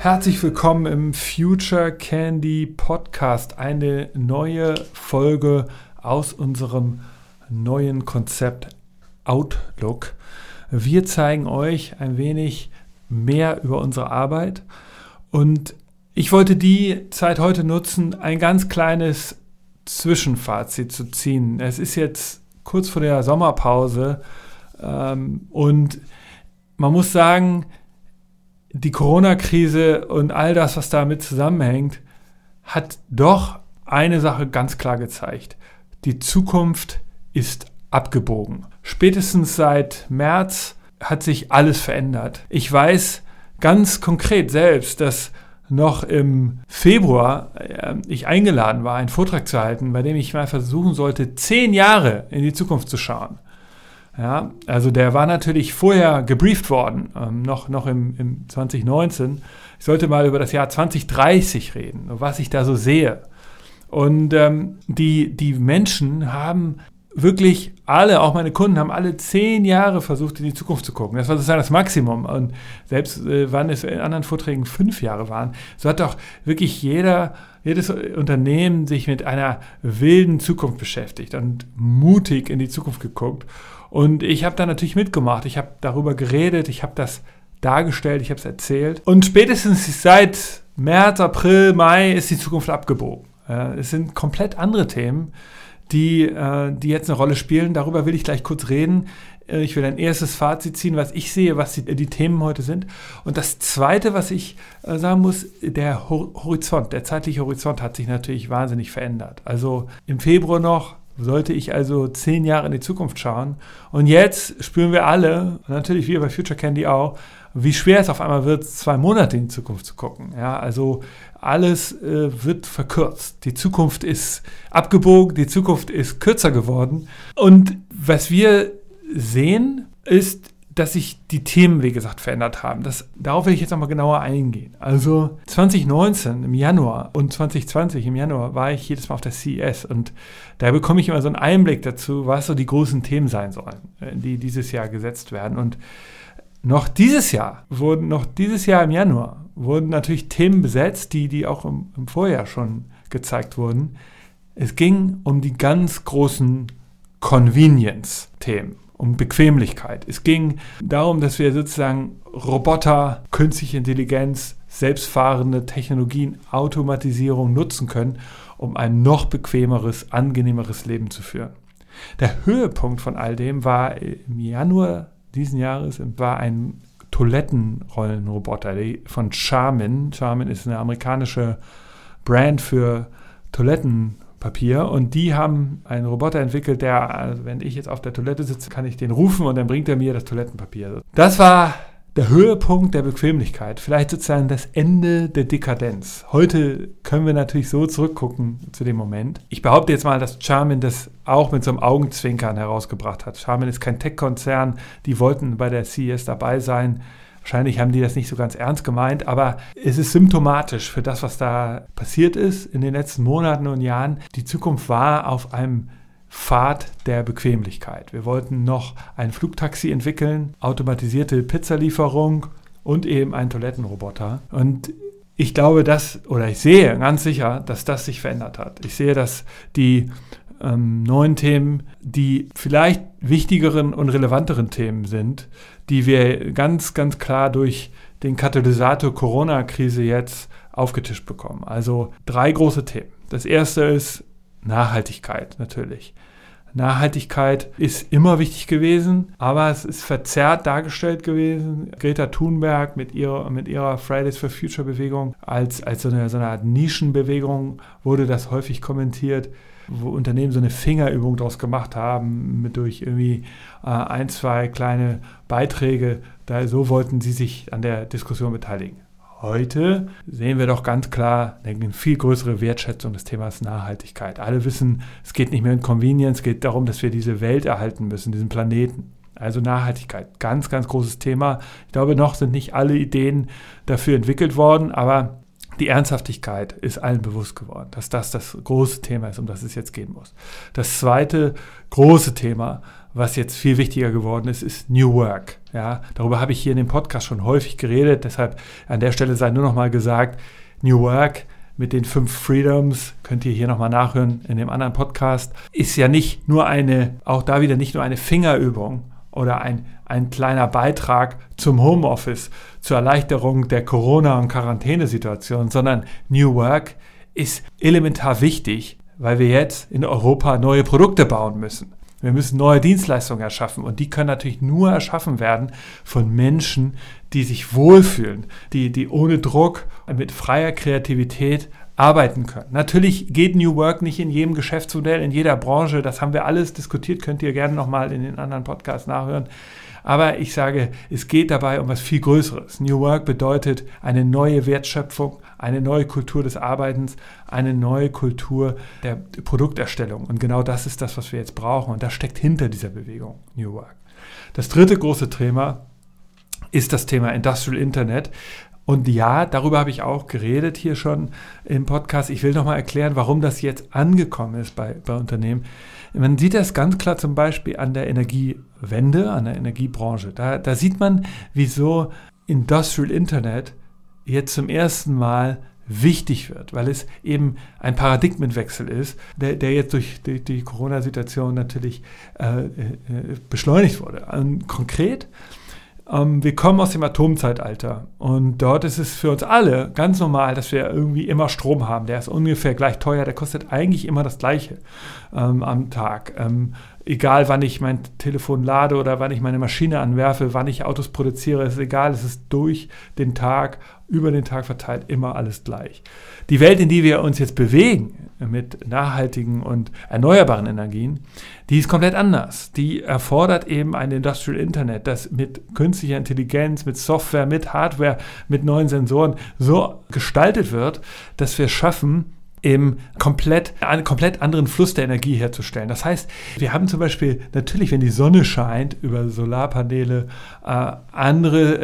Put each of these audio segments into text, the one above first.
Herzlich willkommen im Future Candy Podcast, eine neue Folge aus unserem neuen Konzept Outlook. Wir zeigen euch ein wenig mehr über unsere Arbeit und ich wollte die Zeit heute nutzen, ein ganz kleines Zwischenfazit zu ziehen. Es ist jetzt kurz vor der Sommerpause und man muss sagen, die Corona-Krise und all das, was damit zusammenhängt, hat doch eine Sache ganz klar gezeigt. Die Zukunft ist abgebogen. Spätestens seit März hat sich alles verändert. Ich weiß ganz konkret selbst, dass noch im Februar ich eingeladen war, einen Vortrag zu halten, bei dem ich mal versuchen sollte, 10 Jahre in die Zukunft zu schauen. Ja, also der war natürlich vorher gebrieft worden, noch im 2019. Ich sollte mal über das Jahr 2030 reden, was ich da so sehe. Und die Menschen haben wirklich alle, auch meine Kunden, haben alle 10 Jahre versucht, in die Zukunft zu gucken. Das war sozusagen das Maximum. Und selbst wann es in anderen Vorträgen 5 Jahre waren, so hat doch wirklich jedes Unternehmen sich mit einer wilden Zukunft beschäftigt und mutig in die Zukunft geguckt. Und ich habe da natürlich mitgemacht. Ich habe darüber geredet, ich habe das dargestellt, ich habe es erzählt. Und spätestens seit März, April, Mai ist die Zukunft abgebogen. Es sind komplett andere Themen, die jetzt eine Rolle spielen. Darüber will ich gleich kurz reden. Ich will ein erstes Fazit ziehen, was ich sehe, was die Themen heute sind. Und das Zweite, was ich sagen muss, der Horizont, der zeitliche Horizont hat sich natürlich wahnsinnig verändert. Also im Februar noch sollte ich also 10 Jahre in die Zukunft schauen. Und jetzt spüren wir alle, natürlich wir bei Future Candy auch, wie schwer es auf einmal wird, 2 Monate in die Zukunft zu gucken. Ja, also alles wird verkürzt. Die Zukunft ist abgebogen, die Zukunft ist kürzer geworden. Und was wir sehen, ist, dass sich die Themen, wie gesagt, verändert haben. Darauf will ich jetzt nochmal genauer eingehen. Also 2019 im Januar und 2020 im Januar war ich jedes Mal auf der CES und da bekomme ich immer so einen Einblick dazu, was so die großen Themen sein sollen, die dieses Jahr gesetzt werden. Und noch dieses Jahr im Januar wurden natürlich Themen besetzt, die auch im Vorjahr schon gezeigt wurden. Es ging um die ganz großen Convenience-Themen. Um Bequemlichkeit. Es ging darum, dass wir sozusagen Roboter, künstliche Intelligenz, selbstfahrende Technologien, Automatisierung nutzen können, um ein noch bequemeres, angenehmeres Leben zu führen. Der Höhepunkt von all dem war im Januar diesen Jahres war ein Toilettenrollenroboter von Charmin. Charmin ist eine amerikanische Brand für Toilettenpapier und die haben einen Roboter entwickelt, der, also wenn ich jetzt auf der Toilette sitze, kann ich den rufen und dann bringt er mir das Toilettenpapier. Das war der Höhepunkt der Bequemlichkeit, vielleicht sozusagen das Ende der Dekadenz. Heute können wir natürlich so zurückgucken zu dem Moment. Ich behaupte jetzt mal, dass Charmin das auch mit so einem Augenzwinkern herausgebracht hat. Charmin ist kein Tech-Konzern, die wollten bei der CES dabei sein. Wahrscheinlich haben die das nicht so ganz ernst gemeint, aber es ist symptomatisch für das, was da passiert ist in den letzten Monaten und Jahren. Die Zukunft war auf einem Pfad der Bequemlichkeit. Wir wollten noch ein Flugtaxi entwickeln, automatisierte Pizzalieferung und eben einen Toilettenroboter. Und ich glaube, ich sehe ganz sicher, dass das sich verändert hat. Ich sehe, dass die neuen Themen, die vielleicht wichtigeren und relevanteren Themen sind, die wir ganz, ganz klar durch den Katalysator Corona-Krise jetzt aufgetischt bekommen. Also 3 große Themen. Das erste ist Nachhaltigkeit natürlich. Nachhaltigkeit ist immer wichtig gewesen, aber es ist verzerrt dargestellt gewesen. Greta Thunberg mit ihrer Fridays for Future Bewegung als so eine Art Nischenbewegung wurde das häufig kommentiert, wo Unternehmen so eine Fingerübung daraus gemacht haben, durch irgendwie 1, 2 kleine Beiträge. So wollten sie sich an der Diskussion beteiligen. Heute sehen wir doch ganz klar eine viel größere Wertschätzung des Themas Nachhaltigkeit. Alle wissen, es geht nicht mehr um Convenience, es geht darum, dass wir diese Welt erhalten müssen, diesen Planeten. Also Nachhaltigkeit, ganz, ganz großes Thema. Ich glaube, noch sind nicht alle Ideen dafür entwickelt worden, aber die Ernsthaftigkeit ist allen bewusst geworden, dass das große Thema ist, um das es jetzt gehen muss. Das zweite große Thema was jetzt viel wichtiger geworden ist New Work. Ja, darüber habe ich hier in dem Podcast schon häufig geredet, deshalb an der Stelle sei nur noch mal gesagt, New Work mit den 5 Freedoms, könnt ihr hier nochmal nachhören in dem anderen Podcast, ist ja nicht nur eine Fingerübung oder ein kleiner Beitrag zum Homeoffice, zur Erleichterung der Corona- und Quarantänesituation, sondern New Work ist elementar wichtig, weil wir jetzt in Europa neue Produkte bauen müssen. Wir müssen neue Dienstleistungen erschaffen und die können natürlich nur erschaffen werden von Menschen, die sich wohlfühlen, die ohne Druck, mit freier Kreativität arbeiten können. Natürlich geht New Work nicht in jedem Geschäftsmodell, in jeder Branche, das haben wir alles diskutiert, könnt ihr gerne nochmal in den anderen Podcasts nachhören. Aber ich sage, es geht dabei um was viel Größeres. New Work bedeutet eine neue Wertschöpfung, eine neue Kultur des Arbeitens, eine neue Kultur der Produkterstellung. Und genau das ist das, was wir jetzt brauchen. Und das steckt hinter dieser Bewegung, New Work. Das dritte große Thema ist das Thema Industrial Internet. Und ja, darüber habe ich auch geredet hier schon im Podcast. Ich will nochmal erklären, warum das jetzt angekommen ist bei Unternehmen. Man sieht das ganz klar zum Beispiel an der Energiewende, an der Energiebranche. Da sieht man, wieso Industrial Internet jetzt zum ersten Mal wichtig wird, weil es eben ein Paradigmenwechsel ist, der jetzt durch die Corona-Situation natürlich beschleunigt wurde. Konkret, wir kommen aus dem Atomzeitalter und dort ist es für uns alle ganz normal, dass wir irgendwie immer Strom haben. Der ist ungefähr gleich teuer, der kostet eigentlich immer das Gleiche am Tag. Egal, wann ich mein Telefon lade oder wann ich meine Maschine anwerfe, wann ich Autos produziere, ist egal, es ist durch den Tag, über den Tag verteilt, immer alles gleich. Die Welt, in die wir uns jetzt bewegen, mit nachhaltigen und erneuerbaren Energien, die ist komplett anders. Die erfordert eben ein Industrial Internet, das mit künstlicher Intelligenz, mit Software, mit Hardware, mit neuen Sensoren so gestaltet wird, dass wir schaffen, einen komplett anderen Fluss der Energie herzustellen. Das heißt, wir haben zum Beispiel natürlich, wenn die Sonne scheint, über Solarpaneele andere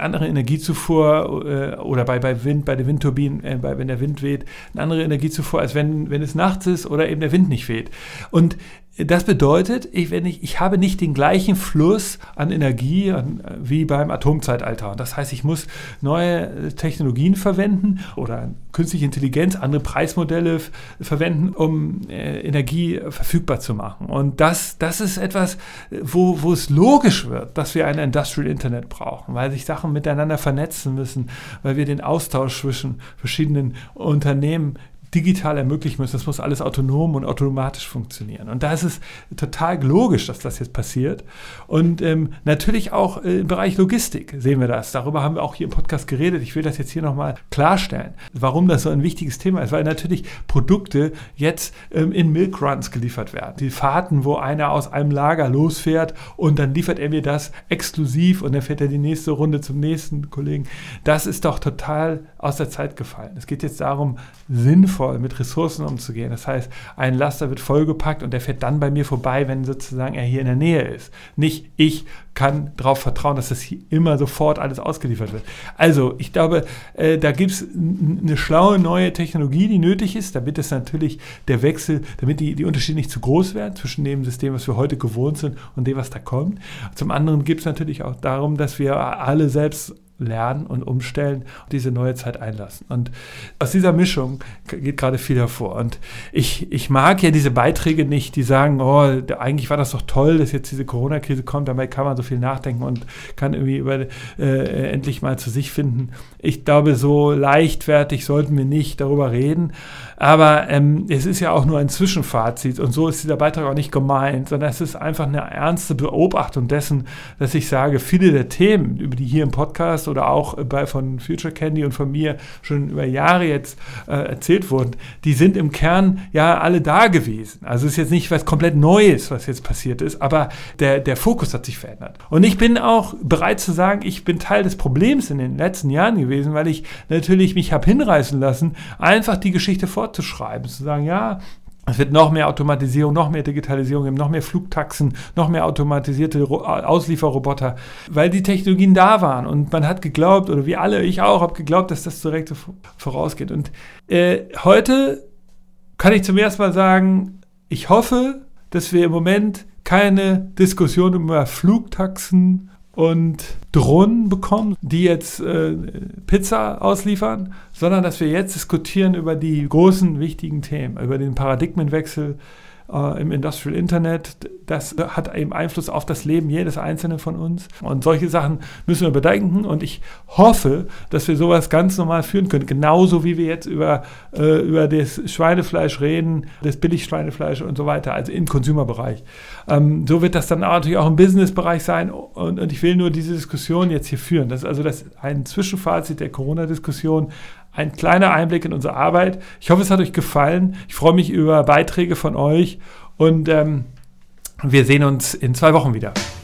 Energiezufuhr oder bei der Windturbinen, wenn der Wind weht, eine andere Energiezufuhr, als wenn es nachts ist oder eben der Wind nicht weht. Und das bedeutet, ich habe nicht den gleichen Fluss an Energie wie beim Atomzeitalter. Das heißt, ich muss neue Technologien verwenden oder künstliche Intelligenz, andere Preismodelle verwenden, um Energie verfügbar zu machen. Und das ist etwas, wo es logisch wird, dass wir ein Industrial Internet brauchen, weil sich Sachen miteinander vernetzen müssen, weil wir den Austausch zwischen verschiedenen Unternehmen digital ermöglichen müssen. Das muss alles autonom und automatisch funktionieren. Und da ist es total logisch, dass das jetzt passiert. Und natürlich auch im Bereich Logistik sehen wir das. Darüber haben wir auch hier im Podcast geredet. Ich will das jetzt hier nochmal klarstellen, warum das so ein wichtiges Thema ist. Weil natürlich Produkte jetzt in Milkruns geliefert werden. Die Fahrten, wo einer aus einem Lager losfährt und dann liefert er mir das exklusiv und dann fährt er die nächste Runde zum nächsten Kollegen. Das ist doch total aus der Zeit gefallen. Es geht jetzt darum, sinnvoll mit Ressourcen umzugehen. Das heißt, ein Laster wird vollgepackt und der fährt dann bei mir vorbei, wenn sozusagen er hier in der Nähe ist. Nicht ich kann darauf vertrauen, dass das hier immer sofort alles ausgeliefert wird. Also ich glaube, da gibt es eine schlaue neue Technologie, die nötig ist, damit es natürlich der Wechsel, damit die Unterschiede nicht zu groß werden zwischen dem System, was wir heute gewohnt sind und dem, was da kommt. Zum anderen geht es natürlich auch darum, dass wir alle selbst lernen und umstellen und diese neue Zeit einlassen. Und aus dieser Mischung geht gerade viel hervor. Und ich mag ja diese Beiträge nicht, die sagen, eigentlich war das doch toll, dass jetzt diese Corona-Krise kommt, dabei kann man so viel nachdenken und kann irgendwie endlich mal zu sich finden. Ich glaube, so leichtfertig sollten wir nicht darüber reden. Aber es ist ja auch nur ein Zwischenfazit und so ist dieser Beitrag auch nicht gemeint, sondern es ist einfach eine ernste Beobachtung dessen, dass ich sage, viele der Themen, über die hier im Podcast oder auch von Future Candy und von mir schon über Jahre jetzt erzählt wurden, die sind im Kern ja alle da gewesen. Also es ist jetzt nicht was komplett Neues, was jetzt passiert ist, aber der Fokus hat sich verändert. Und ich bin auch bereit zu sagen, ich bin Teil des Problems in den letzten Jahren gewesen, weil ich natürlich mich habe hinreißen lassen, einfach die Geschichte fortzuschreiben, zu sagen, ja, es wird noch mehr Automatisierung, noch mehr Digitalisierung geben, noch mehr Flugtaxen, noch mehr automatisierte Auslieferroboter, weil die Technologien da waren und man hat geglaubt, oder wir alle, ich auch, habe geglaubt, dass das direkt vorausgeht. Und heute kann ich zum ersten Mal sagen, ich hoffe, dass wir im Moment keine Diskussion über Flugtaxen und Drohnen bekommen, die jetzt Pizza ausliefern, sondern dass wir jetzt diskutieren über die großen, wichtigen Themen, über den Paradigmenwechsel im Industrial Internet. Das hat eben Einfluss auf das Leben jedes Einzelnen von uns. Und solche Sachen müssen wir bedenken. Und ich hoffe, dass wir sowas ganz normal führen können. Genauso wie wir jetzt über das Schweinefleisch reden, das Billigschweinefleisch und so weiter, also im Consumer-Bereich. So wird das dann natürlich auch im Business-Bereich sein. Und ich will nur diese Diskussion jetzt hier führen. Das ist also ein Zwischenfazit der Corona-Diskussion. Ein kleiner Einblick in unsere Arbeit. Ich hoffe, es hat euch gefallen. Ich freue mich über Beiträge von euch und wir sehen uns in 2 Wochen wieder.